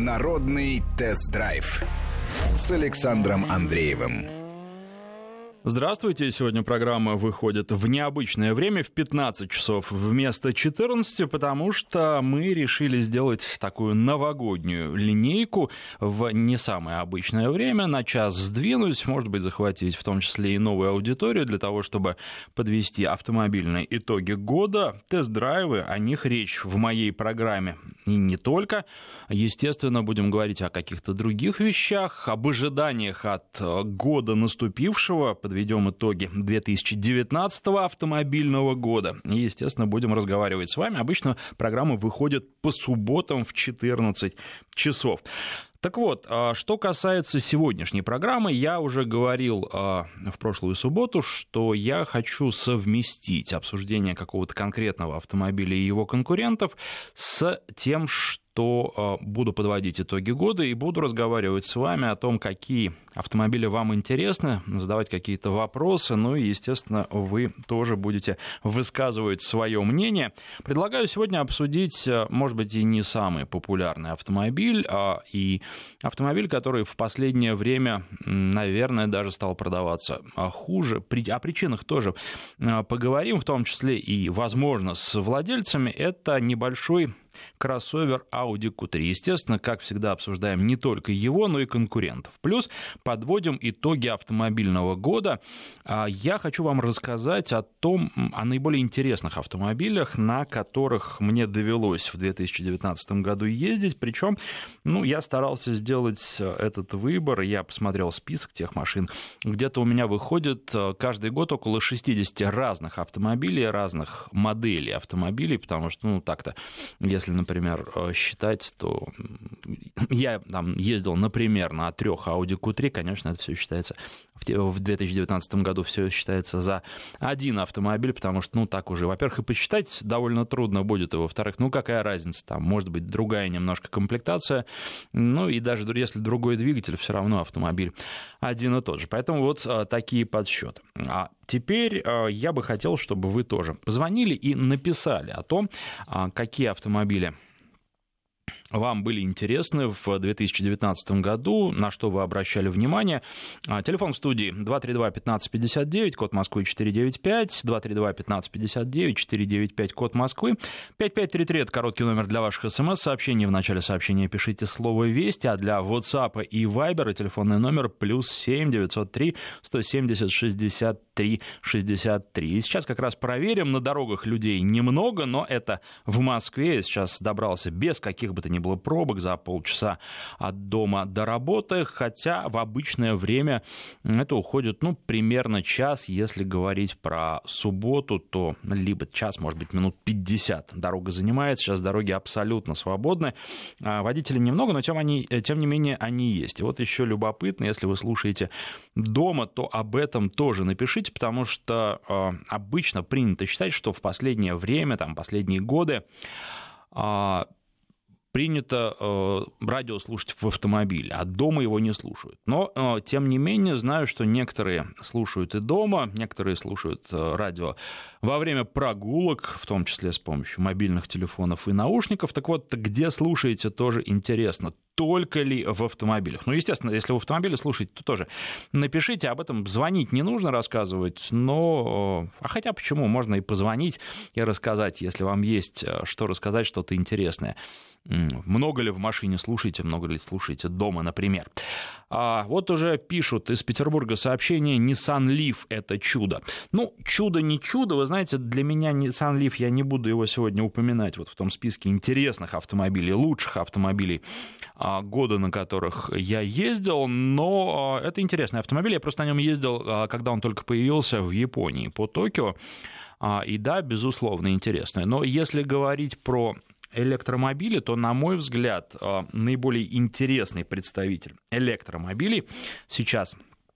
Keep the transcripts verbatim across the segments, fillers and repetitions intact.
Народный тест-драйв с Александром Андреевым. Здравствуйте. Сегодня программа выходит в необычное время, в пятнадцать часов вместо четырнадцати, потому что мы решили сделать такую новогоднюю линейку в не самое обычное время, на час сдвинуть, может быть, захватить в том числе и новую аудиторию для того, чтобы подвести автомобильные итоги года, тест-драйвы, о них речь в моей программе и не только. Естественно, будем говорить о каких-то других вещах, об ожиданиях от года наступившего, подведем итоги две тысячи девятнадцатого автомобильного года. И, естественно, будем разговаривать с вами. Обычно программа выходит по субботам в четырнадцать часов. Так вот, что касается сегодняшней программы, я уже говорил в прошлую субботу, что я хочу совместить обсуждение какого-то конкретного автомобиля и его конкурентов с тем, что то буду подводить итоги года и буду разговаривать с вами о том, какие автомобили вам интересны, задавать какие-то вопросы, ну и, естественно, вы тоже будете высказывать свое мнение. Предлагаю сегодня обсудить, может быть, и не самый популярный автомобиль, а и автомобиль, который в последнее время, наверное, даже стал продаваться хуже. О причинах тоже поговорим, в том числе и, возможно, с владельцами. Это небольшой кроссовер Audi кью три. Естественно, как всегда, обсуждаем не только его, но и конкурентов. Плюс подводим итоги автомобильного года. Я хочу вам рассказать о том, о наиболее интересных автомобилях, на которых мне довелось в две тысячи девятнадцатом году ездить. Причем, ну, я старался сделать этот выбор. Я посмотрел список тех машин. Где-то у меня выходит каждый год около шестьдесят разных автомобилей, разных моделей автомобилей, потому что, ну, так-то, если, например, считать, то я там ездил, например, на трех Audi кью три, конечно, это все считается, в две тысячи девятнадцатом году все считается за один автомобиль, потому что, ну, так уже, во-первых, и посчитать довольно трудно будет, и, во-вторых, ну, какая разница, там, может быть, другая немножко комплектация, ну, и даже если другой двигатель, все равно автомобиль один и тот же, поэтому вот такие подсчеты. А теперь я бы хотел, чтобы вы тоже позвонили и написали о том, какие автомобили вам были интересны в две тысячи девятнадцатом году, на что вы обращали внимание. Телефон в студии два три два пятнадцать пятьдесят девять, код Москвы четыреста девяносто пять, два три два пятнадцать пятьдесят девять, четыреста девяносто пять, код Москвы, пять пять три три, это короткий номер для ваших смс-сообщений. В начале сообщения пишите слово «Вести», а для WhatsApp и Viber телефонный номер плюс семь девятьсот три сто семьдесят шестьдесят три шестьдесят три. И сейчас как раз проверим, на дорогах людей немного, но это в Москве. Я сейчас добрался без каких бы то ни было пробок за полчаса от дома до работы, хотя в обычное время это уходит, ну, примерно час. Если говорить про субботу, то либо час, может быть, минут пятьдесят дорога занимает. Сейчас дороги абсолютно свободны. Водителей немного, но тем, они, тем не менее они есть. И вот еще любопытно, если вы слушаете дома, то об этом тоже напишите, потому что э, обычно принято считать, что в последнее время, там, последние годы э, принято э, радио слушать в автомобиле, а дома его не слушают. Но, э, тем не менее, знаю, что некоторые слушают и дома, некоторые слушают э, радио во время прогулок, в том числе с помощью мобильных телефонов и наушников. Так вот, где слушаете, тоже интересно. Только ли в автомобилях? Ну, естественно, если в автомобиле слушаете, то тоже напишите, об этом звонить не нужно рассказывать, но... А хотя почему? Можно и позвонить и рассказать, если вам есть что рассказать, что-то интересное. Много ли в машине слушаете, много ли слушаете дома, например. А вот уже пишут из Петербурга сообщение: Nissan Leaf — это чудо. Ну, чудо не чудо, вы знаете, для меня Nissan Leaf, я не буду его сегодня упоминать вот в том списке интересных автомобилей, лучших автомобилей года, на которых я ездил, но это интересный автомобиль, я просто на нем ездил, когда он только появился в Японии, по Токио, и да, безусловно, интересный. Но если говорить про электромобили, то, на мой взгляд, наиболее интересный представитель электромобилей сейчас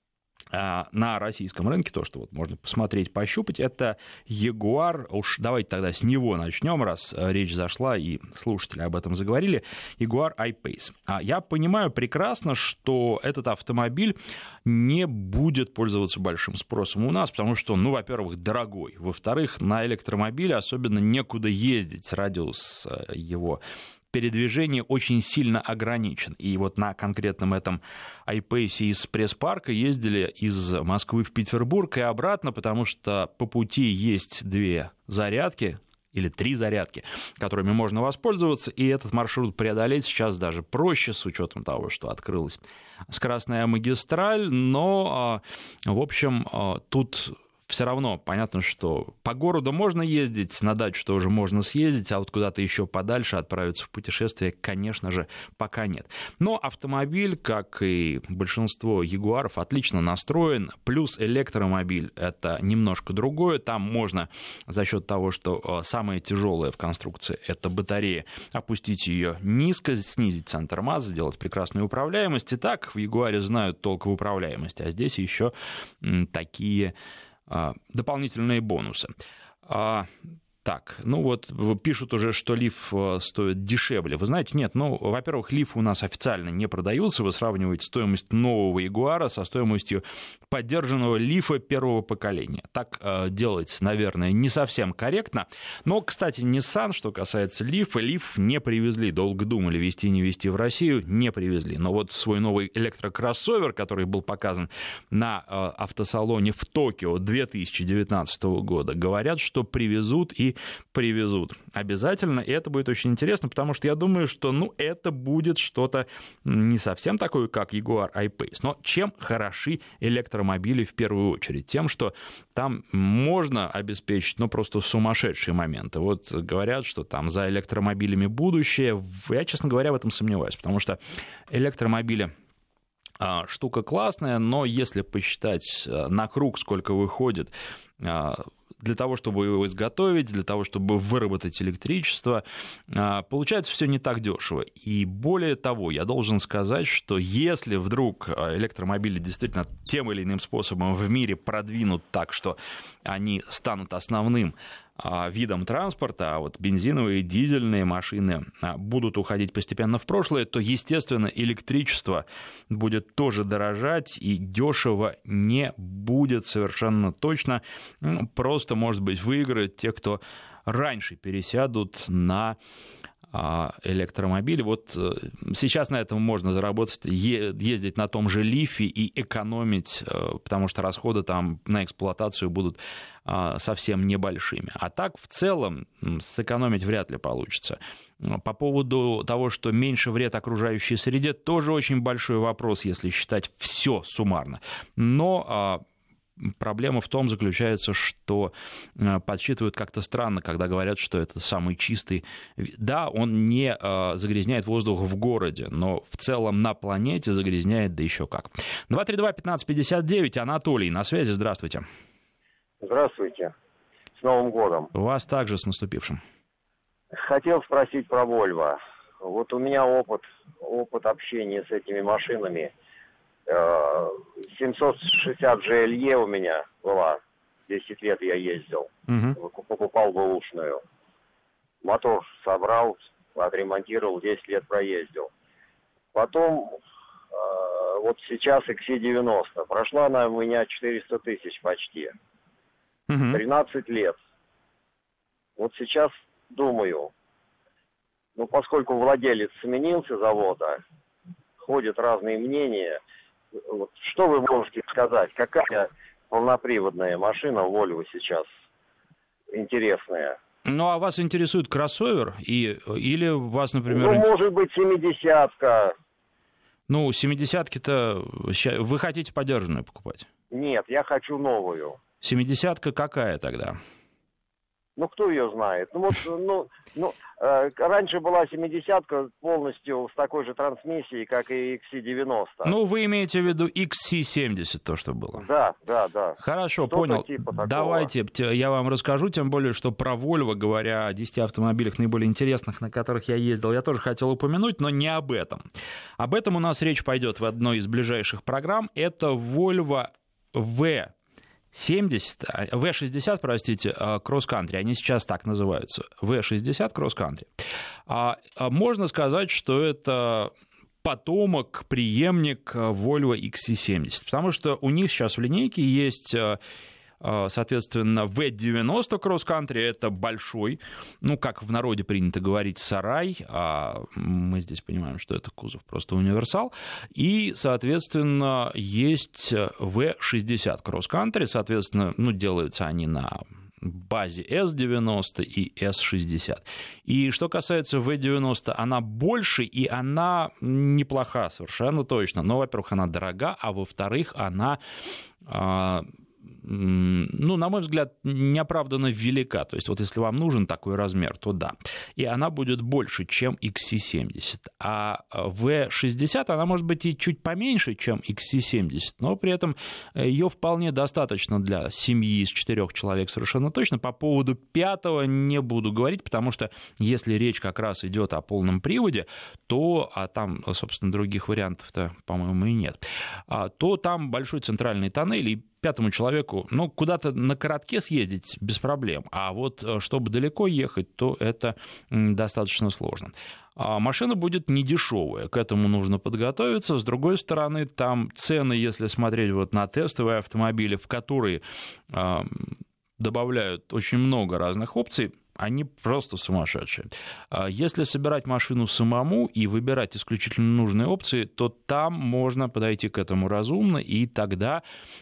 на российском рынке, то, что вот можно посмотреть, пощупать, это Jaguar. Уж давайте тогда с него начнем, раз речь зашла и слушатели об этом заговорили. Jaguar I-Pace. Я понимаю прекрасно, что этот автомобиль не будет пользоваться большим спросом у нас, потому что, ну, во-первых, дорогой, во-вторых, на электромобиле особенно некуда ездить, радиус его передвижении очень сильно ограничен. И вот на конкретном этом I-Pace из пресс-парка ездили из Москвы в Петербург и обратно, потому что по пути есть две зарядки, или три зарядки, которыми можно воспользоваться, и этот маршрут преодолеть сейчас даже проще, с учетом того, что открылась скоростная магистраль, но, в общем, тут все равно понятно, что по городу можно ездить, на дачу тоже можно съездить, а вот куда-то еще подальше отправиться в путешествие, конечно же, пока нет. Но автомобиль, как и большинство ягуаров, отлично настроен, плюс электромобиль — это немножко другое, там можно за счет того, что самое тяжелое в конструкции — это батарея, опустить ее низко, снизить центр массы, сделать прекрасную управляемость, и так в ягуаре знают толк в управляемости, а здесь еще такие дополнительные бонусы. Так, ну вот пишут уже, что Лиф стоит дешевле. Вы знаете, нет, ну, во-первых, Лиф у нас официально не продаются. Вы сравниваете стоимость нового Ягуара со стоимостью поддержанного Лифа первого поколения. Так э, делать, наверное, не совсем корректно. Но, кстати, Nissan, что касается Лифа, Лиф не привезли. Долго думали, везти, не везти в Россию, не привезли. Но вот свой новый электрокроссовер, который был показан на э, автосалоне в Токио две тысячи девятнадцатого года, говорят, что привезут и привезут обязательно, и это будет очень интересно, потому что я думаю, что, ну, это будет что-то не совсем такое, как Jaguar I-Pace, но чем хороши электромобили в первую очередь? Тем, что там можно обеспечить, ну, просто сумасшедшие моменты. Вот говорят, что там за электромобилями будущее. Я, честно говоря, в этом сомневаюсь, потому что электромобили штука классная, но если посчитать на круг, сколько выходит для того, чтобы его изготовить, для того, чтобы выработать электричество, получается все не так дешево. И более того, я должен сказать, что если вдруг электромобили действительно тем или иным способом в мире продвинут так, что они станут основным видом транспорта, а вот бензиновые и дизельные машины будут уходить постепенно в прошлое, то, естественно, электричество будет тоже дорожать, и дешево не будет совершенно точно. Просто, может быть, выиграют те, кто раньше пересядут на электромобиль. Вот сейчас на этом можно заработать, ездить на том же Лифе и экономить, потому что расходы там на эксплуатацию будут совсем небольшими. А так, в целом, сэкономить вряд ли получится. По поводу того, что меньше вред окружающей среде, тоже очень большой вопрос, если считать все суммарно. Но проблема в том заключается, что подсчитывают как-то странно, когда говорят, что это самый чистый. Да, он не загрязняет воздух в городе, но в целом на планете загрязняет, да еще как. два три два пятнадцать пятьдесят девять, Анатолий на связи, здравствуйте. Здравствуйте, с Новым годом. Вас также с наступившим. Хотел спросить про Volvo. Вот у меня опыт, опыт общения с этими машинами. семьсот шестьдесят джи эл и у меня была, десять лет я ездил, угу. Покупал бэушную. Мотор собрал, отремонтировал, десять лет проездил. Потом, вот сейчас икс си девяносто, прошла она у меня четыреста тысяч почти, угу. тринадцать лет. Вот сейчас думаю, ну поскольку владелец сменился завода, ходят разные мнения. Вот, что вы можете сказать? Какая полноприводная машина Volvo сейчас интересная? Ну, а вас интересует кроссовер? И, или вас, например... Ну, может быть, семидесятка. Ну, семидесятки-то... Вы хотите подержанную покупать? Нет, я хочу новую. Семидесятка какая тогда? Ну, кто ее знает? Ну, вот, ну, ну э, раньше была семидесятка полностью с такой же трансмиссией, как и икс си девяносто. Ну, вы имеете в виду икс си семьдесят, то, что было? Да, да, да. Хорошо, что-то понял. Типа давайте я вам расскажу, тем более, что про Volvo, говоря о десяти автомобилях наиболее интересных, на которых я ездил, я тоже хотел упомянуть, но не об этом. Об этом у нас речь пойдет в одной из ближайших программ. Это Volvo ви семьдесят, ви шестьдесят, простите, кросс-кантри, они сейчас так называются, ви шестьдесят кросс-кантри. Можно сказать, что это потомок, преемник Volvo икс си семьдесят, потому что у них сейчас в линейке есть Соответственно, ви девяносто Cross Country — это большой, ну, как в народе принято говорить, сарай, а мы здесь понимаем, что это кузов просто универсал. И, соответственно, есть ви шестьдесят Cross Country, соответственно, ну, делаются они на базе эс девяносто и эс шестьдесят. И что касается ви девяносто, она больше, и она неплоха совершенно точно. Но, во-первых, она дорога, а во-вторых, она... ну, на мой взгляд, неоправданно велика. То есть вот если вам нужен такой размер, то да. И она будет больше, чем икс си семьдесят. А ви шестьдесят, она может быть и чуть поменьше, чем икс си семьдесят, но при этом ее вполне достаточно для семьи из четырех человек совершенно точно. По поводу пятого не буду говорить, потому что если речь как раз идет о полном приводе, то, а там, собственно, других вариантов-то, по-моему, и нет, то там большой центральный тоннель, и пятому человеку, ну, куда-то на коротке съездить без проблем, а вот чтобы далеко ехать, то это достаточно сложно. А машина будет недешевая, к этому нужно подготовиться. С другой стороны, там цены, если смотреть вот на тестовые автомобили, в которые э, добавляют очень много разных опций, они просто сумасшедшие. Если собирать машину самому и выбирать исключительно нужные опции, то там можно подойти к этому разумно, и тогда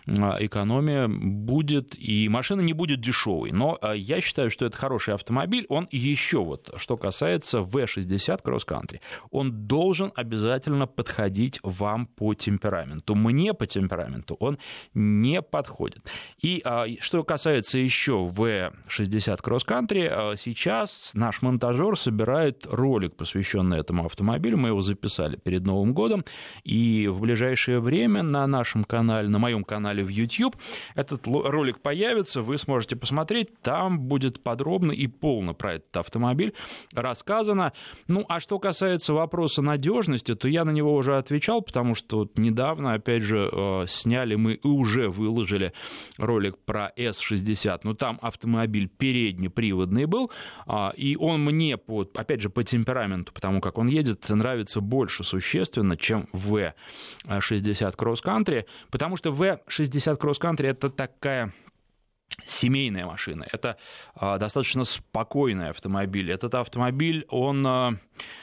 экономия будет, и машина не будет дешевой. Но я считаю, что это хороший автомобиль. Он еще вот, что касается ви шестьдесят Cross Country, он должен обязательно подходить вам по темпераменту. Мне по темпераменту он не подходит. И что касается еще ви шестьдесят Cross Country, сейчас наш монтажер собирает ролик, посвященный этому автомобилю. Мы его записали перед Новым годом. И в ближайшее время на нашем канале, на моем канале в YouTube, этот ролик появится. Вы сможете посмотреть. Там будет подробно и полно про этот автомобиль рассказано. Ну, а что касается вопроса надежности, то я на него уже отвечал, потому что вот недавно, опять же, сняли мы и уже выложили ролик про эс шестьдесят. Но там автомобиль переднеприводный был, и он мне, по, опять же, по темпераменту, потому как он едет, нравится больше существенно, чем ви шестьдесят Cross Country, потому что ви шестьдесят Cross Country — это такая семейная машина, это достаточно спокойный автомобиль. Этот автомобиль, он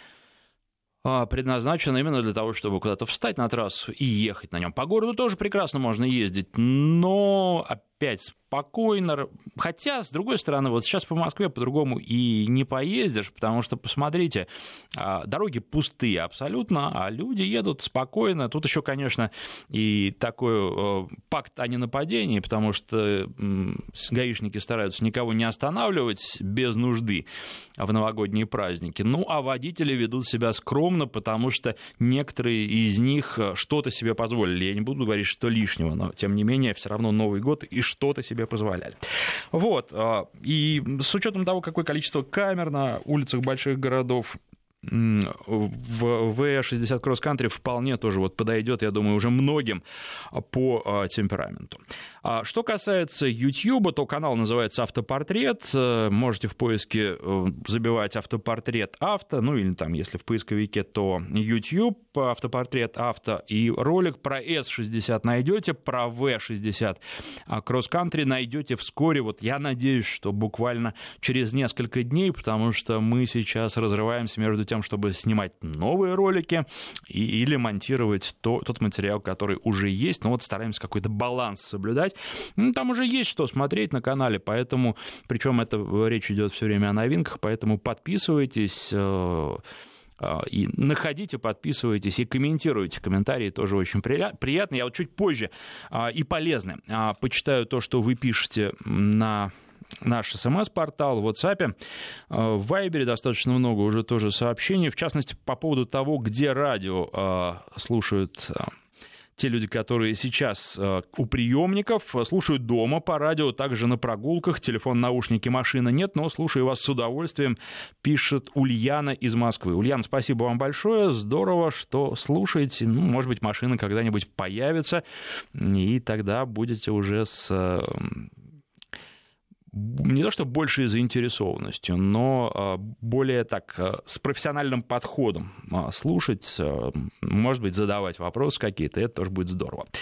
предназначен именно для того, чтобы куда-то встать на трассу и ехать на нем. По городу тоже прекрасно можно ездить, но опять спокойно. Хотя, с другой стороны, вот сейчас по Москве по-другому и не поездишь, потому что, посмотрите, дороги пустые абсолютно, а люди едут спокойно. Тут еще, конечно, и такой пакт о ненападении, потому что гаишники стараются никого не останавливать без нужды в новогодние праздники. Ну, а водители ведут себя скромно, потому что некоторые из них что-то себе позволили. Я не буду говорить, что лишнего, но, тем не менее, все равно Новый год и что-то себе позволяли. Вот. И с учетом того, какое количество камер на улицах больших городов, в ви шестьдесят Cross Country вполне тоже вот подойдет, я думаю, уже многим по темпераменту. Что касается YouTube, то канал называется «Автопортрет». Можете в поиске забивать «Автопортрет авто», ну или там, если в поисковике, то YouTube, «Автопортрет авто», и ролик про эс шестьдесят найдете, про ви шестьдесят Cross Country найдете вскоре. Вот я надеюсь, что буквально через несколько дней, потому что мы сейчас разрываемся между тем, чтобы снимать новые ролики и, или монтировать то, тот материал, который уже есть. Но вот стараемся какой-то баланс соблюдать. Ну, там уже есть что смотреть на канале, поэтому, причем это речь идет все время о новинках, поэтому подписывайтесь и находите, подписывайтесь и комментируйте. Комментарии тоже очень приятно. Я вот чуть позже и полезны почитаю то, что вы пишете на наш СМС-портал, в WhatsApp, в Вайбере достаточно много уже тоже сообщений, в частности, по поводу того, где радио слушают те люди, которые сейчас у приемников, слушают дома по радио, также на прогулках, телефон, наушники, машина нет, но слушаю вас с удовольствием, пишет Ульяна из Москвы. Ульяна, спасибо вам большое, здорово, что слушаете, ну, может быть, машина когда-нибудь появится, и тогда будете уже с... не то что большей заинтересованностью, но более так с профессиональным подходом слушать, может быть, задавать вопросы какие-то, это тоже будет здорово.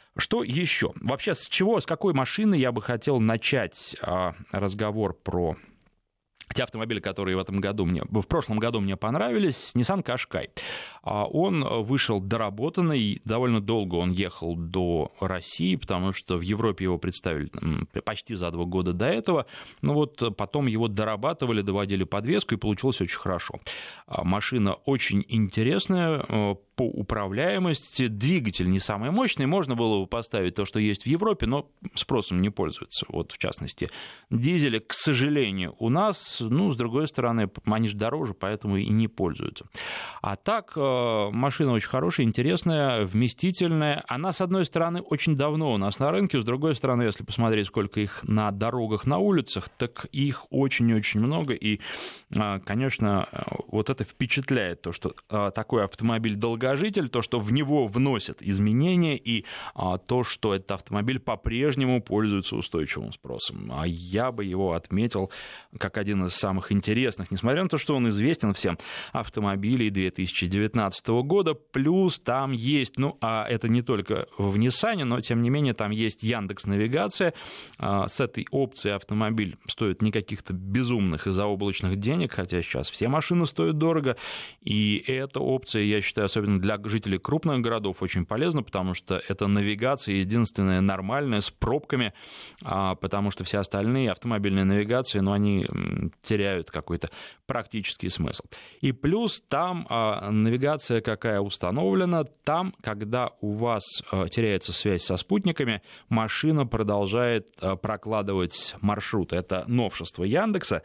Что еще? Вообще, с чего, с какой машины я бы хотел начать а, разговор про те автомобили, которые в этом году мне, в прошлом году мне понравились? Nissan Qashqai. Он вышел доработанный, довольно долго он ехал до России, потому что в Европе его представили почти за два года до этого. Но вот потом его дорабатывали, доводили подвеску, и получилось очень хорошо. Машина очень интересная по управляемости, двигатель не самый мощный, можно было бы поставить то, что есть в Европе, но спросом не пользуется. Вот, в частности, дизели, к сожалению, у нас, ну, с другой стороны, они же дороже, поэтому и не пользуются. А так, машина очень хорошая, интересная, вместительная. Она, с одной стороны, очень давно у нас на рынке, с другой стороны, если посмотреть, сколько их на дорогах, на улицах, так их очень-очень много, и, конечно, вот это впечатляет, то, что такой автомобиль долгожитель, то, что в него вносят изменения, и а, то, что этот автомобиль по-прежнему пользуется устойчивым спросом. А я бы его отметил как один из самых интересных, несмотря на то, что он известен всем, автомобилей две тысячи девятнадцатого года. Плюс там есть, ну, а это не только в Ниссане, но, тем не менее, там есть Яндекс.Навигация. А, с этой опцией автомобиль стоит не каких-то безумных и заоблачных денег, хотя сейчас все машины стоят дорого. И эта опция, я считаю, особенно для жителей крупных городов очень полезна, потому что это навигация единственная нормальная, с пробками, потому что все остальные автомобильные навигации, ну, они теряют какой-то практический смысл. И плюс там навигация какая установлена, там, когда у вас теряется связь со спутниками, машина продолжает прокладывать маршрут. Это новшество Яндекса,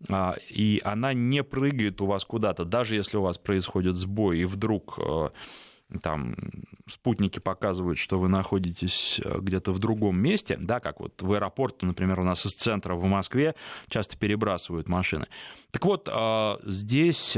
и она не прыгает у вас куда-то, даже если у вас происходит сбой, и вдруг там спутники показывают, что вы находитесь где-то в другом месте, да, как вот в аэропорту, например, у нас из центра в Москве часто перебрасывают машины. Так вот, здесь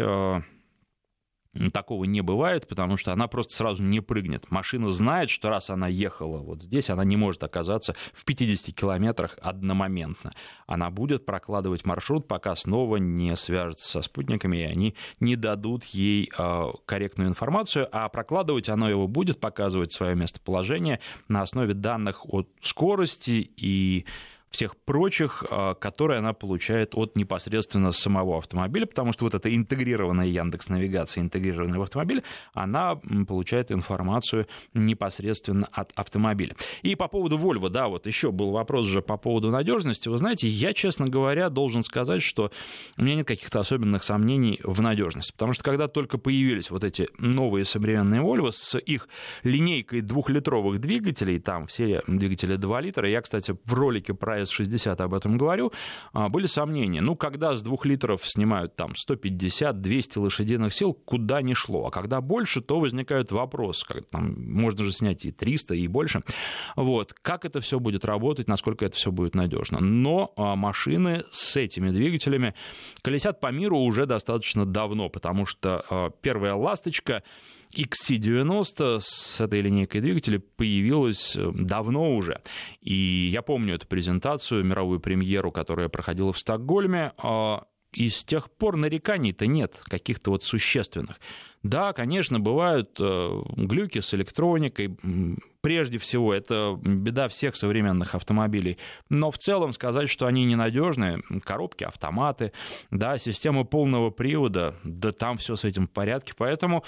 такого не бывает, потому что она просто сразу не прыгнет. Машина знает, что раз она ехала вот здесь, она не может оказаться в пятидесяти километрах одномоментно. Она будет прокладывать маршрут, пока снова не свяжется со спутниками, и они не дадут ей корректную информацию, а прокладывать оно его будет, показывать свое местоположение на основе данных о скорости и всех прочих, которые она получает от непосредственно самого автомобиля, потому что вот эта интегрированная Яндекс.Навигация, интегрированная в автомобиль, она получает информацию непосредственно от автомобиля. И по поводу Volvo, да, вот еще был вопрос же по поводу надежности. Вы знаете, я, честно говоря, должен сказать, что у меня нет каких-то особенных сомнений в надежности, потому что когда только появились вот эти новые современные Volvo с их линейкой двухлитровых двигателей, там все двигатели два литра, я, кстати, в ролике про эс шестьдесят об этом говорю, были сомнения. Ну, когда с двух литров снимают там сто пятьдесят - двести лошадиных сил, куда ни шло. А когда больше, то возникает вопрос, как, там, можно же снять и триста, и больше. Вот. Как это все будет работать, насколько это все будет надежно. Но машины с этими двигателями колесят по миру уже достаточно давно, потому что первая ласточка икс си девяносто с этой линейкой двигателей появилась давно уже. И я помню эту презентацию, мировую премьеру, которая проходила в Стокгольме. И с тех пор нареканий-то нет, каких-то вот существенных. Да, конечно, бывают глюки с электроникой. Прежде всего, это беда всех современных автомобилей. Но в целом сказать, что они ненадежные, коробки, автоматы, да, система полного привода, да там все с этим в порядке. Поэтому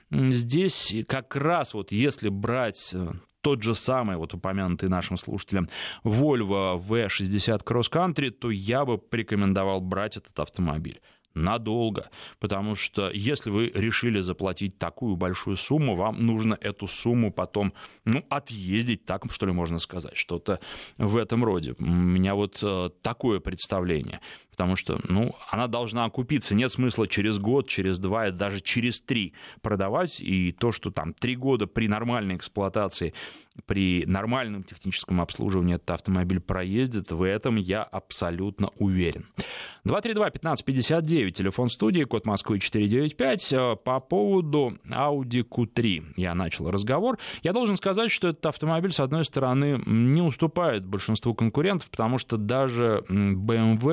здесь как раз вот если брать тот же самый, вот упомянутый нашим слушателям, Volvo ви шестьдесят Cross Country, то я бы порекомендовал брать этот автомобиль надолго, потому что если вы решили заплатить такую большую сумму, вам нужно эту сумму потом, ну, отъездить, так что ли можно сказать, что-то в этом роде. У меня вот такое представление, потому что, ну, она должна окупиться, нет смысла через год, через два, даже через три продавать, и то, что там три года при нормальной эксплуатации, при нормальном техническом обслуживании этот автомобиль проездит, в этом я абсолютно уверен. два три два пятнадцать пятьдесят девять, телефон студии, код Москвы четыреста девяносто пять. По поводу Audi кью три я начал разговор. Я должен сказать, что этот автомобиль, с одной стороны, не уступает большинству конкурентов, потому что даже бэ эм вэ в этом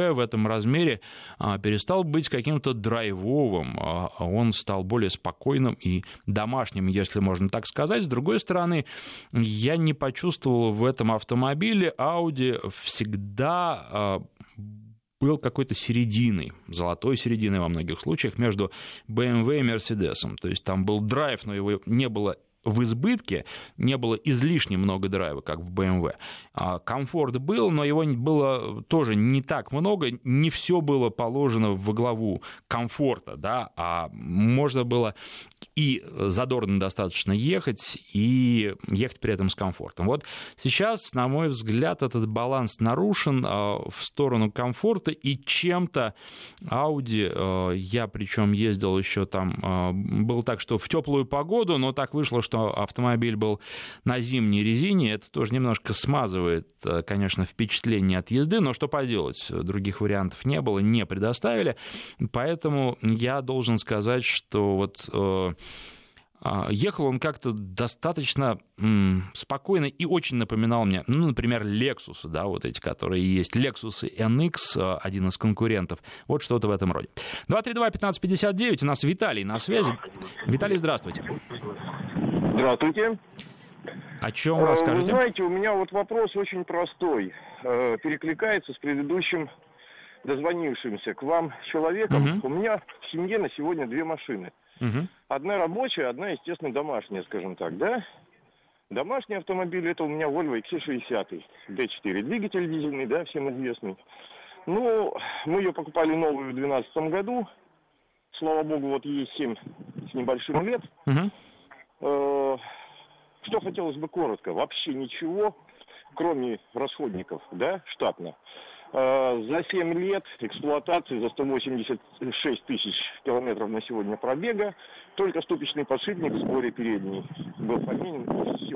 размере перестал быть каким-то драйвовым, он стал более спокойным и домашним, если можно так сказать. С другой стороны, я не почувствовал в этом автомобиле. Audi всегда был какой-то серединой, золотой серединой во многих случаях между бэ эм вэ и Mercedes. То есть там был драйв, но его не было в избытке, не было излишне много драйва, как в бэ эм вэ. Комфорт был, но его было тоже не так много, не все было положено во главу комфорта, да, а можно было и задорно достаточно ехать, и ехать при этом с комфортом. Вот сейчас, на мой взгляд, этот баланс нарушен в сторону комфорта, и чем-то Audi, я причем ездил еще там, было так, что в теплую погоду, но так вышло, что что автомобиль был на зимней резине, это тоже немножко смазывает, конечно, впечатление от езды, но что поделать, других вариантов не было, не предоставили, поэтому я должен сказать, что вот э, ехал он как-то достаточно м, спокойно и очень напоминал мне, ну, например, Lexus, да, вот эти, которые есть, Lexus эн икс, один из конкурентов, вот что-то в этом роде. два три два пятнадцать пятьдесят девять, у нас Виталий на связи. Виталий, здравствуйте. Здравствуйте. О чем расскажете? Вы знаете, у меня вот вопрос очень простой. Перекликается с предыдущим дозвонившимся к вам человеком. Угу. У меня в семье на сегодня две машины. Угу. Одна рабочая, одна, естественно, домашняя, скажем так, да? Домашний автомобиль — это у меня Volvo икс си шестьдесят, дэ четыре, двигатель дизельный, да, всем известный. Ну, мы ее покупали новую в две тысячи двенадцатом году. Слава богу, вот ей семь с небольшим лет. Угу. Что хотелось бы коротко, вообще ничего, кроме расходников, да, штатно. За семь лет эксплуатации, за сто восемьдесят шесть тысяч километров на сегодня пробега, только ступичный подшипник в сборе передний был поменен, и все.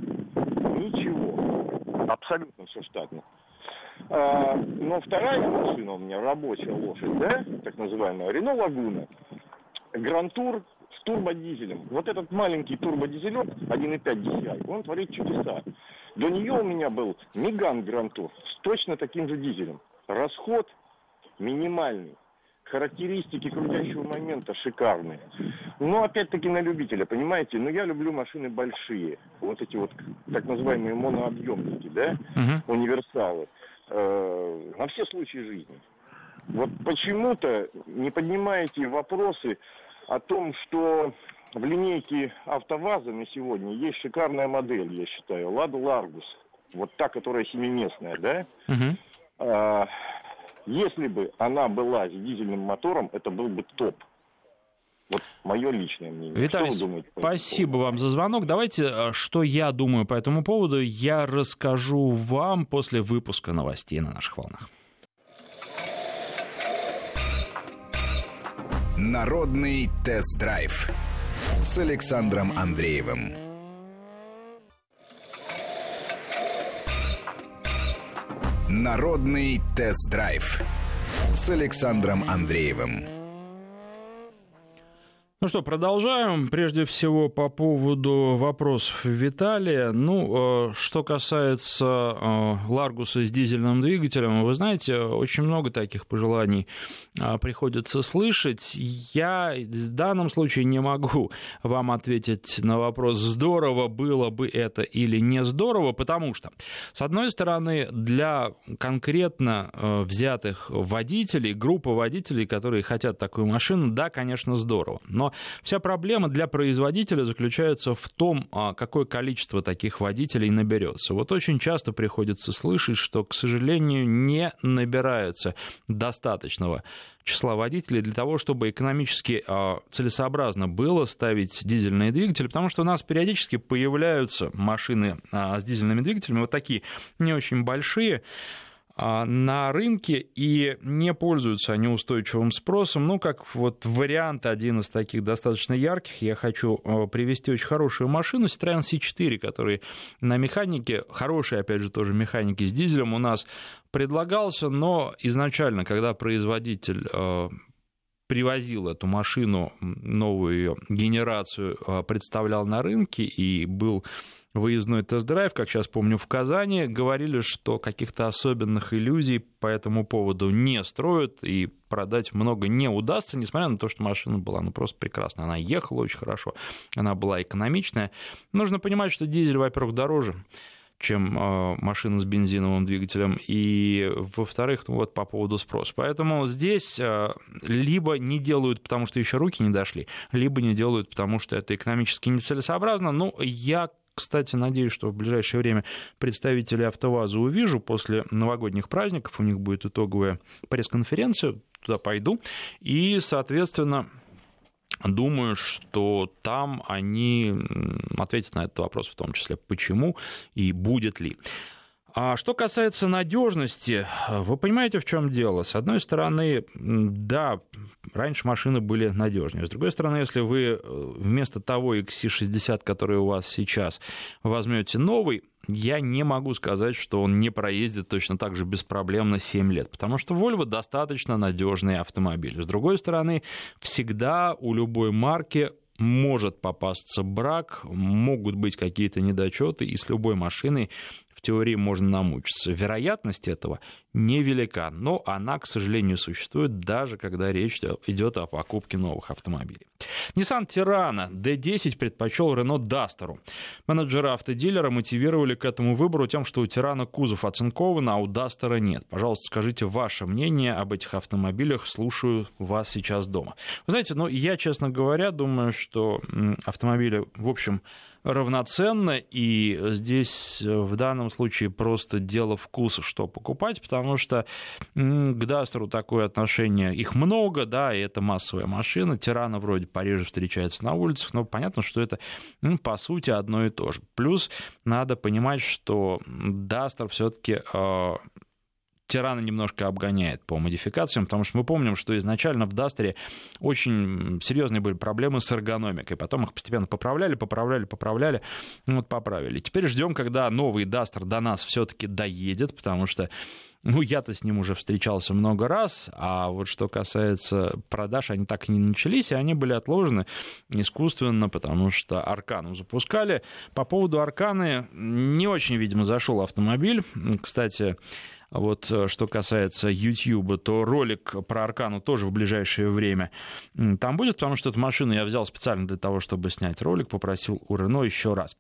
Ничего. Абсолютно все штатно. Но вторая машина у меня, рабочая лошадь, да, так называемая, Renault Laguna, Grand Tour с турбодизелем. Вот этот маленький турбодизелек один и пять ди си ай, он творит чудеса. До нее у меня был Megane Grand Tour с точно таким же дизелем. Расход минимальный. Характеристики крутящего момента шикарные. Но опять-таки на любителя, понимаете? Но я люблю машины большие. Вот эти вот так называемые монообъемники, да? Uh-huh. Универсалы. Э-э- на все случаи жизни. Вот почему-то не поднимаете вопросы о том, что в линейке АвтоВАЗа на сегодня есть шикарная модель, я считаю, Lada Largus. Вот та, которая семиместная, да? Uh-huh. А, если бы она была с дизельным мотором, это был бы топ. Вот мое личное мнение. Виталий, что вы думаете по спасибо вам за звонок. Давайте, что я думаю по этому поводу, я расскажу вам после выпуска новостей на наших волнах. Народный тест-драйв с Александром Андреевым. Народный тест-драйв с Александром Андреевым. Ну что, продолжаем. Прежде всего, по поводу вопросов Виталия. Ну, что касается Ларгуса с дизельным двигателем, вы знаете, очень много таких пожеланий приходится слышать. Я в данном случае не могу вам ответить на вопрос, здорово было бы это или не здорово, потому что, с одной стороны, для конкретно взятых водителей, группы водителей, которые хотят такую машину, да, конечно, здорово. Но вся проблема для производителя заключается в том, какое количество таких водителей наберется. Вот очень часто приходится слышать, что, к сожалению, не набирается достаточного числа водителей для того, чтобы экономически целесообразно было ставить дизельные двигатели, потому что у нас периодически появляются машины с дизельными двигателями, вот такие не очень большие, на рынке, и не пользуются они устойчивым спросом. Ну, как вот вариант, один из таких достаточно ярких, я хочу привести очень хорошую машину, Citroёn си четыре, который на механике, хороший, опять же, тоже механики с дизелем у нас предлагался, но изначально, когда производитель привозил эту машину, новую ее генерацию, представлял на рынке и был выездной тест-драйв, как сейчас помню, в Казани. Говорили, что каких-то особенных иллюзий по этому поводу не строят, и продать много не удастся, несмотря на то, что машина была ну, просто прекрасная. Она ехала очень хорошо, она была экономичная. Нужно понимать, что дизель, во-первых, дороже, чем э, машина с бензиновым двигателем, и, во-вторых, ну, вот по поводу спроса. Поэтому здесь э, либо не делают, потому что еще руки не дошли, либо не делают, потому что это экономически нецелесообразно. Ну, я, кстати, надеюсь, что в ближайшее время представителей АвтоВАЗа увижу после новогодних праздников, у них будет итоговая пресс-конференция, туда пойду, и, соответственно, думаю, что там они ответят на этот вопрос, в том числе, почему и будет ли. А что касается надежности, вы понимаете, в чем дело? С одной стороны, да, раньше машины были надежнее. С другой стороны, если вы вместо того икс си шестьдесят, который у вас сейчас, возьмете новый, я не могу сказать, что он не проездит точно так же беспроблемно семь лет, потому что Volvo достаточно надежный автомобиль. С другой стороны, всегда у любой марки может попасться брак, могут быть какие-то недочеты, и с любой машиной в теории можно намучиться. Вероятность этого невелика, но она, к сожалению, существует, даже когда речь идет о покупке новых автомобилей. Nissan Terrano ди десять предпочел Renault Duster. Менеджеры автодилера мотивировали к этому выбору тем, что у Terrano кузов оцинкован, а у Duster нет. Пожалуйста, скажите ваше мнение об этих автомобилях. Слушаю вас сейчас дома. Вы знаете, ну, я, честно говоря, думаю, что автомобили, в общем, равноценно, и здесь в данном случае просто дело вкуса, что покупать, потому что к Дастеру такое отношение, их много, да, и это массовая машина, Тирана вроде пореже встречается на улицах, но понятно, что это, ну, по сути, одно и то же. Плюс надо понимать, что Дастер все-таки... Э, Тирана немножко обгоняет по модификациям, потому что мы помним, что изначально в Дастере очень серьезные были проблемы с эргономикой. Потом их постепенно поправляли, поправляли, поправляли, вот поправили. Теперь ждем, когда новый Дастер до нас все-таки доедет, потому что ну, я-то с ним уже встречался много раз, а вот что касается продаж, они так и не начались, и они были отложены искусственно, потому что Аркану запускали. По поводу Арканы не очень, видимо, зашел автомобиль. Кстати, вот что касается YouTube, то ролик про Аркану тоже в ближайшее время там будет, потому что эту машину я взял специально для того, чтобы снять ролик, попросил у Renault еще раз.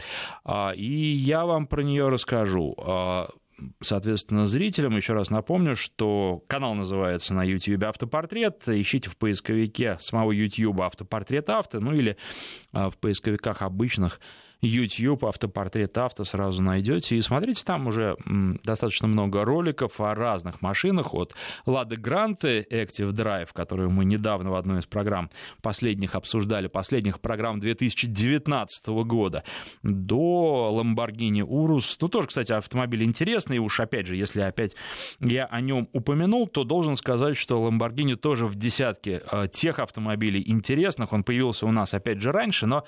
И я вам про нее расскажу. Соответственно, зрителям еще раз напомню, что канал называется на YouTube «Автопортрет». Ищите в поисковике самого YouTube «Автопортрет Авто», ну или в поисковиках обычных YouTube «Автопортрет Авто» сразу найдете. И смотрите, там уже достаточно много роликов о разных машинах, от Lada Granta Active Drive, которую мы недавно в одной из программ последних обсуждали, последних программ две тысячи девятнадцатого года, до Lamborghini Urus. Ну, тоже, кстати, автомобиль интересный. И уж опять же, если опять я о нем упомянул, то должен сказать, что Lamborghini тоже в десятке тех автомобилей интересных. Он появился у нас, опять же, раньше, но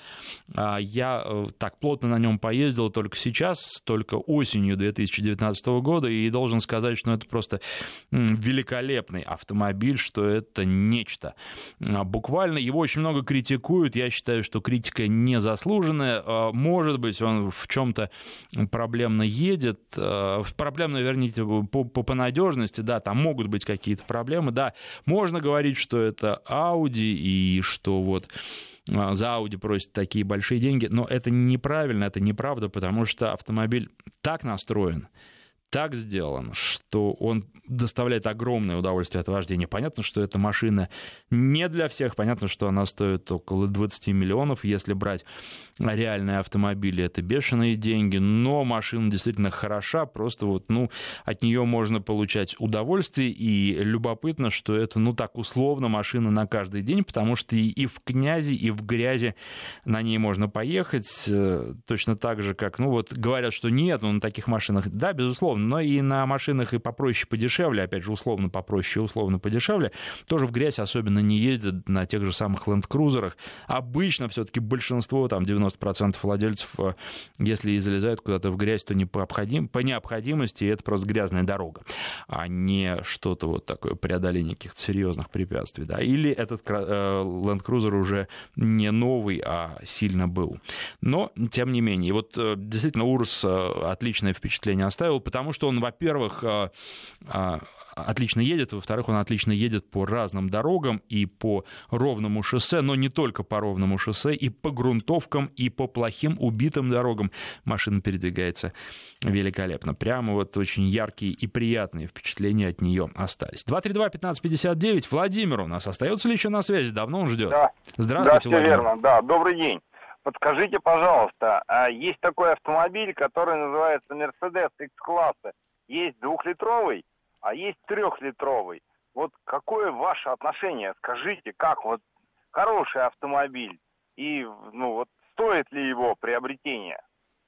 я так плотно на нем поездил только сейчас, только осенью две тысячи девятнадцатого года, и должен сказать, что это просто великолепный автомобиль, что это нечто. Буквально его очень много критикуют, я считаю, что критика незаслуженная. Может быть, он в чем-то проблемно едет, проблемно, вернее, по, по, по надежности, да, там могут быть какие-то проблемы, да, можно говорить, что это Audi, и что вот за Audi просят такие большие деньги, но это неправильно, это неправда, потому что автомобиль так настроен, так сделан, что он доставляет огромное удовольствие от вождения. Понятно, что эта машина не для всех, понятно, что она стоит около двадцать миллионов, если брать реальные автомобили, это бешеные деньги, но машина действительно хороша, просто вот, ну, от нее можно получать удовольствие, и любопытно, что это, ну, так условно машина на каждый день, потому что и в князи, и в грязи на ней можно поехать, точно так же, как, ну, вот говорят, что нет, ну, на таких машинах, да, безусловно, безусловно. Но и на машинах и попроще, подешевле, опять же, условно попроще, условно подешевле, тоже в грязь особенно не ездят на тех же самых ленд-крузерах. Обычно все-таки большинство, там девяносто процентов владельцев, если и залезают куда-то в грязь, то не по, обходим, по необходимости, и это просто грязная дорога, а не что-то вот такое, преодоление каких-то серьезных препятствий. Да. Или этот Land Cruiser уже не новый, а сильно был. Но, тем не менее, вот действительно Урус отличное впечатление оставил, потому что он, во-первых, отлично едет, во-вторых, он отлично едет по разным дорогам и по ровному шоссе, но не только по ровному шоссе, и по грунтовкам, и по плохим убитым дорогам машина передвигается великолепно. Прямо вот очень яркие и приятные впечатления от нее остались. два три два пятнадцать пятьдесят девять. Владимир у нас остается ли еще на связи? Давно он ждет. Да. Здравствуйте, да, Владимир. Верно. Да, добрый день. Подскажите, пожалуйста, есть такой автомобиль, который называется Mercedes X-класса. Есть двухлитровый, а есть трехлитровый. Вот какое ваше отношение? Скажите, как вот хороший автомобиль и ну вот стоит ли его приобретение?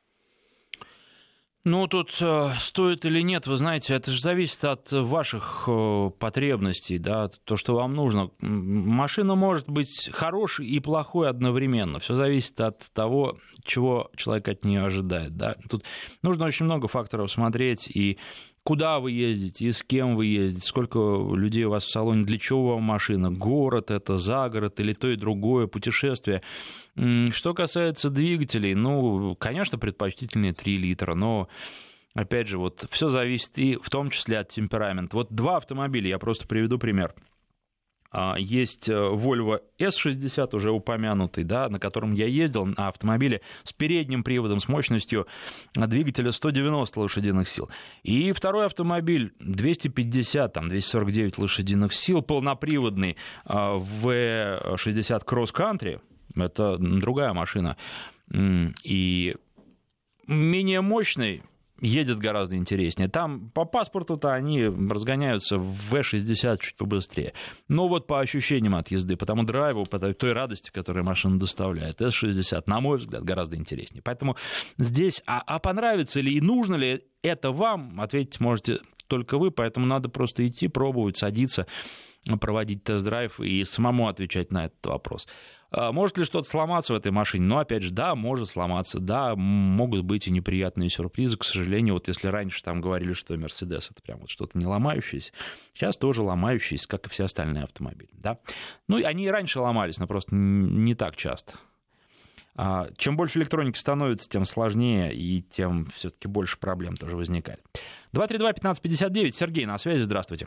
Ну, тут э, стоит или нет, вы знаете, это же зависит от ваших э, потребностей, да, то, что вам нужно. Машина может быть хорошей и плохой одновременно. Все зависит от того, чего человек от нее ожидает, да. Тут нужно очень много факторов смотреть, и куда вы ездите, и с кем вы ездите, сколько людей у вас в салоне, для чего вам машина, город это, загород или то и другое, путешествие. Что касается двигателей, ну, конечно, предпочтительнее три литра, но, опять же, вот все зависит и в том числе от темперамента. Вот два автомобиля, я просто приведу пример. Есть Volvo эс шестьдесят, уже упомянутый, да, на котором я ездил, на автомобиле с передним приводом, с мощностью двигателя сто девяносто лошадиных сил. И второй автомобиль двести пятьдесят, там, двести сорок девять лошадиных сил, полноприводный ви шестьдесят Cross Country, это другая машина, и менее мощный, едет гораздо интереснее. Там по паспорту-то они разгоняются в ви шестьдесят чуть побыстрее. Но вот по ощущениям от езды, по тому драйву, по той радости, которую машина доставляет, эс шестьдесят, на мой взгляд, гораздо интереснее. Поэтому здесь, а, а понравится ли и нужно ли это вам, ответить можете только вы, поэтому надо просто идти, пробовать, садиться, проводить тест-драйв и самому отвечать на этот вопрос. Может ли что-то сломаться в этой машине? Ну, опять же, да, может сломаться, да, могут быть и неприятные сюрпризы, к сожалению. Вот если раньше там говорили, что Mercedes это прям вот что-то не ломающееся, сейчас тоже ломающееся, как и все остальные автомобили, да. Ну, и они и раньше ломались, но просто не так часто. Чем больше электроники становится, тем сложнее, и тем все-таки больше проблем тоже возникает. два три два пятнадцать пятьдесят девять. Сергей на связи, здравствуйте.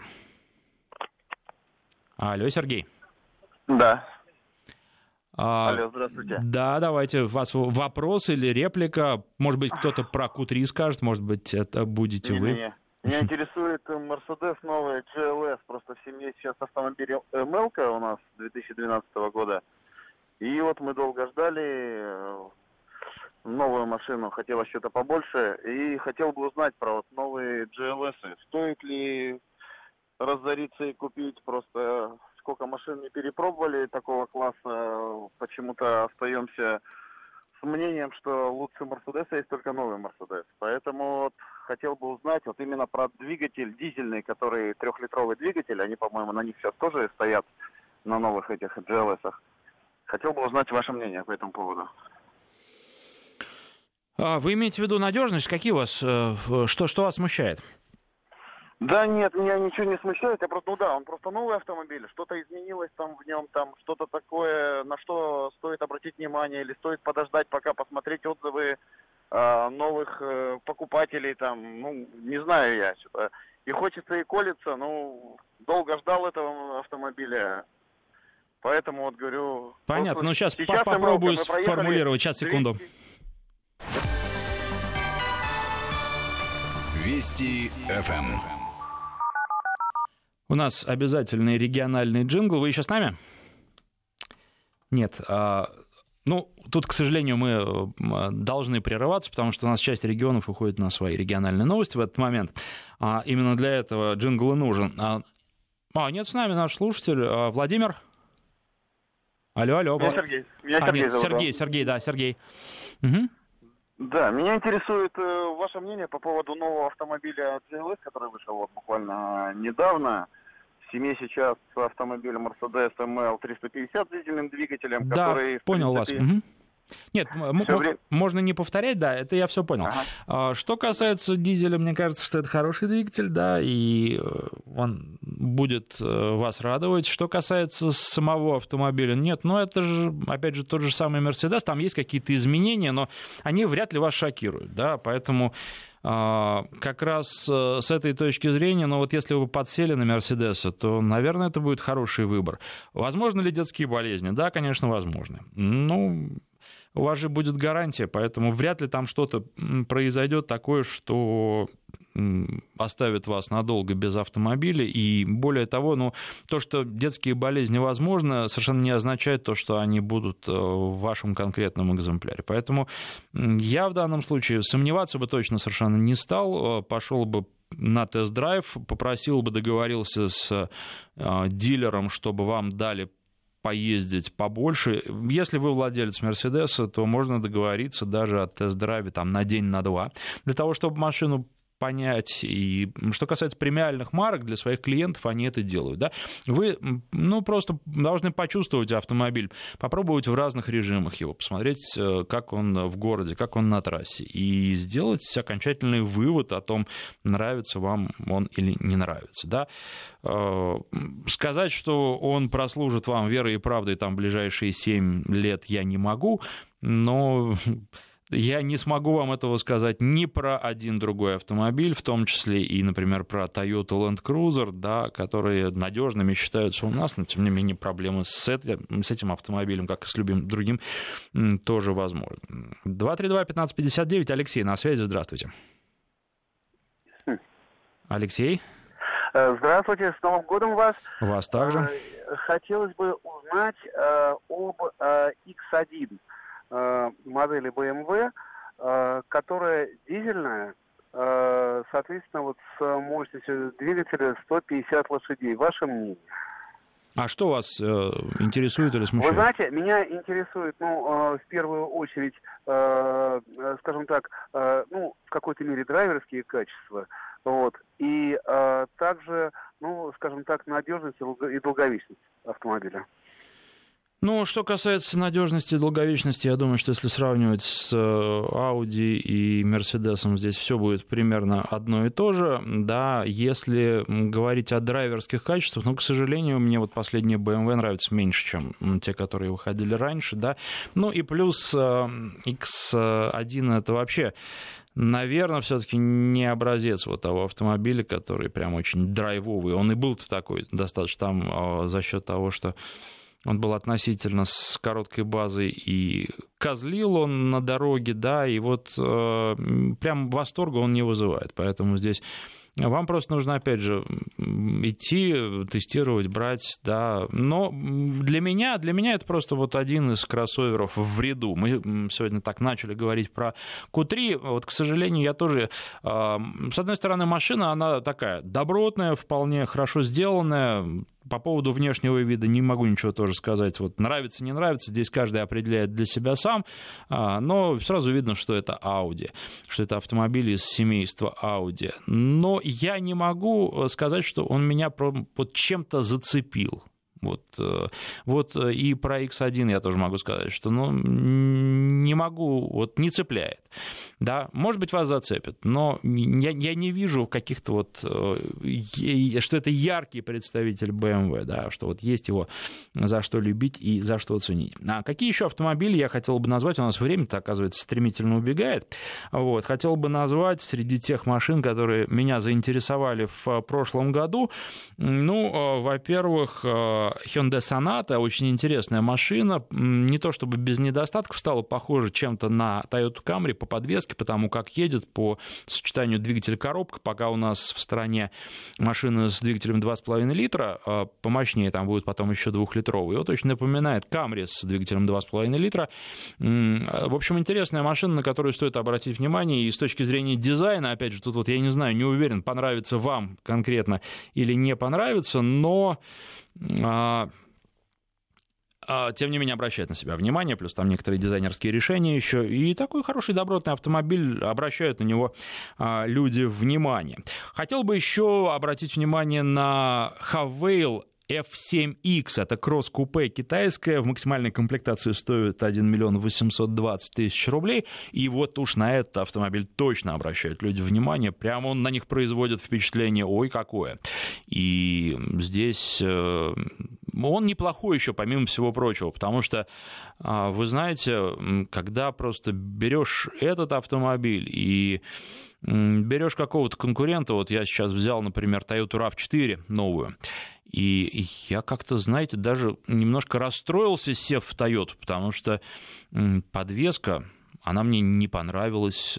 Алло, Сергей. Да. А, Алло, здравствуйте. Да, давайте, у вас вопрос или реплика, может быть, кто-то про кью три скажет, может быть, это будете вы. Не-не-не. Меня интересует Mercedes новая джи эл эс, просто в семье сейчас автомобиль эм эл у нас две тысячи двенадцатого года, и вот мы долго ждали новую машину, хотелось что-то побольше, и хотел бы узнать про вот новые джи эл эс, стоит ли разориться и купить, просто сколько машин не перепробовали такого класса, почему-то остаемся с мнением, что лучше Мерседеса есть только новый Мерседес. Поэтому вот хотел бы узнать вот именно про двигатель дизельный, который трехлитровый двигатель, они, по-моему, на них сейчас тоже стоят на новых этих джи эл эсах. Хотел бы узнать ваше мнение по этому поводу. А вы имеете в виду надежность? Какие у вас, что, что вас смущает? Да нет, меня ничего не смущает, я просто, ну да, он просто новый автомобиль, что-то изменилось там в нем, там что-то такое, на что стоит обратить внимание, или стоит подождать, пока посмотреть отзывы э, новых э, покупателей, там, ну, не знаю я, что-то. И хочется и колется, ну, долго ждал этого автомобиля, поэтому вот говорю... Понятно, ну сейчас, сейчас попробую сформулировать, сейчас, секунду. Вести эф эм. У нас обязательный региональный джингл. Вы еще с нами? Нет. А, ну, тут, к сожалению, мы должны прерываться, потому что у нас часть регионов уходит на свои региональные новости в этот момент. А, именно для этого джингл и нужен. А, а, нет, с нами наш слушатель а, Владимир. Алло, алло. Меня Сергей. Меня а, Сергей, нет, зовут, Сергей, да. Сергей, да, Сергей. Угу. Да, меня интересует э, ваше мнение по поводу нового автомобиля джей эл эс, который вышел вот буквально недавно. В семье сейчас автомобиль Mercedes эм эл триста пятьдесят с дизельным двигателем, да, который... понял принципе... вас. Угу. Нет, м- время... можно не повторять, да, это я все понял. Ага. Что касается дизеля, мне кажется, что это хороший двигатель, да, и он будет вас радовать. Что касается самого автомобиля, нет, ну это же, опять же, тот же самый Mercedes, там есть какие-то изменения, но они вряд ли вас шокируют, да, поэтому... Как раз с этой точки зрения, ну вот если вы подсели на Мерседеса, то, наверное, это будет хороший выбор. Возможно ли детские болезни? Да, конечно, возможны. Ну, у вас же будет гарантия, поэтому вряд ли там что-то произойдет такое, что оставит вас надолго без автомобиля. И более того, ну, то, что детские болезни возможны, совершенно не означает то, что они будут в вашем конкретном экземпляре. Поэтому я в данном случае сомневаться бы точно совершенно не стал, пошел бы на тест-драйв, попросил бы, договорился с дилером, чтобы вам дали поездить побольше. Если вы владелец Мерседеса, то можно договориться даже о тест-драйве там, на день, на два, для того, чтобы машину понять. И что касается премиальных марок, для своих клиентов они это делают. Да? Вы ну, просто должны почувствовать автомобиль, попробовать в разных режимах его, посмотреть, как он в городе, как он на трассе, и сделать окончательный вывод о том, нравится вам он или не нравится. Да? Сказать, что он прослужит вам верой и правдой там, ближайшие семь лет, я не могу, но... Я не смогу вам этого сказать ни про один другой автомобиль, в том числе и, например, про Toyota Land Cruiser, да, которые надежными считаются у нас, но, тем не менее, проблемы с этим, с этим автомобилем, как и с любым другим, тоже возможны. два три два пятнадцать пятьдесят девять. Алексей, на связи, здравствуйте. Алексей? Здравствуйте, с Новым годом вас. Вас также. Хотелось бы узнать э, об э, икс один. Модели бэ эм вэ, которая дизельная, соответственно, вот с мощностью двигателя сто пятьдесят лошадей. Ваше мнение? А что вас э, интересует или смущает? Вы знаете, меня интересует, ну, э, в первую очередь, э, скажем так, э, ну, в какой-то мере драйверские качества, вот, и э, также, ну, скажем так, надежность и долговечность автомобиля. Ну, что касается надежности и долговечности, я думаю, что если сравнивать с Audi и Mercedes, здесь все будет примерно одно и то же. Да, если говорить о драйверских качествах, ну, к сожалению, мне вот последние бэ эм вэ нравятся меньше, чем те, которые выходили раньше, да. Ну и плюс икс один это вообще... Наверное, все-таки не образец вот того автомобиля, который прям очень драйвовый. Он и был-то такой достаточно там за счет того, что он был относительно с короткой базой, и козлил он на дороге, да, и вот э, прям восторга он не вызывает. Поэтому здесь вам просто нужно, опять же, идти, тестировать, брать, да. Но для меня, для меня это просто вот один из кроссоверов в ряду. Мы сегодня так начали говорить про кью три. Вот, к сожалению, я тоже... Э, с одной стороны, машина, она такая добротная, вполне хорошо сделанная. По поводу внешнего вида не могу ничего тоже сказать. Вот нравится, не нравится, здесь каждый определяет для себя сам, но сразу видно, что это Audi, что это автомобиль из семейства Audi. Но я не могу сказать, что он меня под чем-то зацепил. Вот, вот и про икс один я тоже могу сказать, что ну, не могу, вот не цепляет. Да, может быть, вас зацепит, но я, я не вижу каких-то вот, что это яркий представитель бэ эм вэ, да, что вот есть его за что любить и за что ценить. А какие еще автомобили я хотел бы назвать? У нас время-то, оказывается, стремительно убегает. Вот, хотел бы назвать среди тех машин, которые меня заинтересовали в прошлом году. Ну, во-первых, Hyundai Sonata, очень интересная машина, не то чтобы без недостатков, стала похожа чем-то на Toyota Camry по подвеске, потому как едет по сочетанию двигатель-коробка, пока у нас в стране машины с двигателем два с половиной литра, помощнее там будет потом еще двухлитровый, вот очень напоминает Camry с двигателем два с половиной литра. В общем, интересная машина, на которую стоит обратить внимание, и с точки зрения дизайна, опять же, тут вот я не знаю, не уверен, понравится вам конкретно или не понравится, но тем не менее обращает на себя внимание, плюс там некоторые дизайнерские решения еще, и такой хороший добротный автомобиль, обращают на него люди внимание. Хотел бы еще обратить внимание на Havail эф семь икс, это кросс-купе китайское, в максимальной комплектации стоит один миллион восемьсот двадцать тысяч рублей, и вот уж на этот автомобиль точно обращают люди внимание, прямо он на них производит впечатление, ой, какое. И здесь э, он неплохой еще, помимо всего прочего, потому что, э, вы знаете, когда просто берешь этот автомобиль и берешь какого-то конкурента, вот я сейчас взял, например, Toyota рав четыре новую, и я как-то, знаете, даже немножко расстроился, сев в Toyota, потому что подвеска, она мне не понравилась,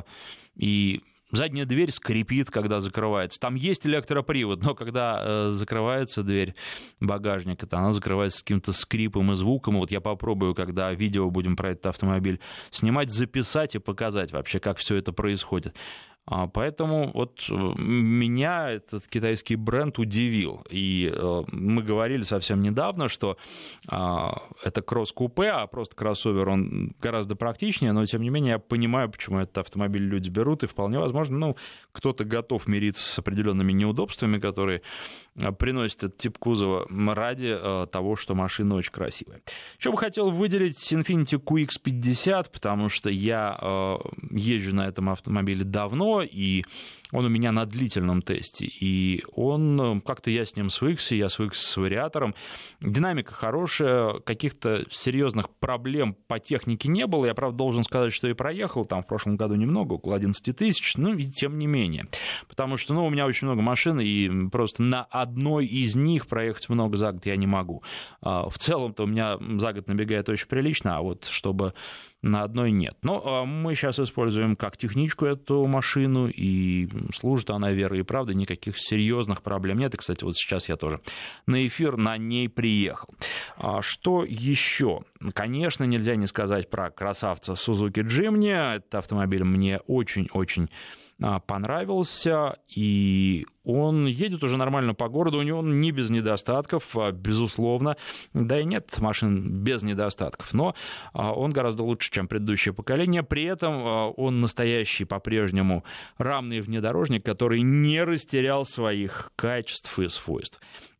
и задняя дверь скрипит, когда закрывается. Там есть электропривод, но когда закрывается дверь багажника, то она закрывается с каким-то скрипом и звуком. Вот я попробую, когда видео будем про этот автомобиль снимать, записать и показать вообще, как все это происходит. Поэтому вот меня этот китайский бренд удивил. И мы говорили совсем недавно, что это кросс-купе, а просто кроссовер, он гораздо практичнее, но тем не менее я понимаю, почему этот автомобиль люди берут, и вполне возможно, ну, кто-то готов мириться с определенными неудобствами, которые приносит этот тип кузова ради того, что машина очень красивая. Еще бы хотел выделить Infiniti кью икс пятьдесят, потому что я езжу на этом автомобиле давно, и он у меня на длительном тесте, и он, как-то я с ним свыкся, я свыкся с вариатором, динамика хорошая, каких-то серьезных проблем по технике не было, я, правда, должен сказать, что и проехал там в прошлом году немного, около одиннадцать тысяч, ну и тем не менее, потому что, ну, у меня очень много машин, и просто на одной из них проехать много за год я не могу. В целом-то у меня за год набегает очень прилично, а вот чтобы на одной нет. Но мы сейчас используем как техничку эту машину, и служит она верой и правдой, никаких серьезных проблем нет. И, кстати, вот сейчас я тоже на эфир на ней приехал. Что еще? Конечно, нельзя не сказать про красавца Suzuki Jimny. Этот автомобиль мне очень-очень понравился, и он едет уже нормально по городу, у него он не без недостатков, безусловно, да и нет машин без недостатков, но он гораздо лучше, чем предыдущее поколение, при этом он настоящий по-прежнему рамный внедорожник, который не растерял своих качеств и свойств.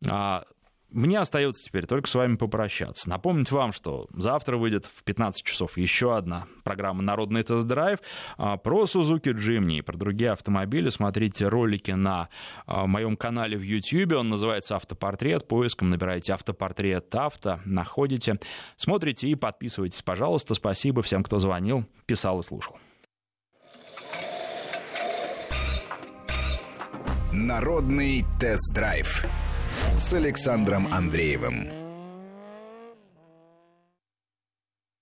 Мне остается теперь только с вами попрощаться. Напомнить вам, что завтра выйдет в пятнадцать часов еще одна программа «Народный тест-драйв» про Suzuki Jimny и про другие автомобили. Смотрите ролики на моем канале в YouTube. Он называется «Автопортрет». Поиском набираете «Автопортрет авто», находите. Смотрите и подписывайтесь, пожалуйста. Спасибо всем, кто звонил, писал и слушал. Народный тест-драйв с Александром Андреевым.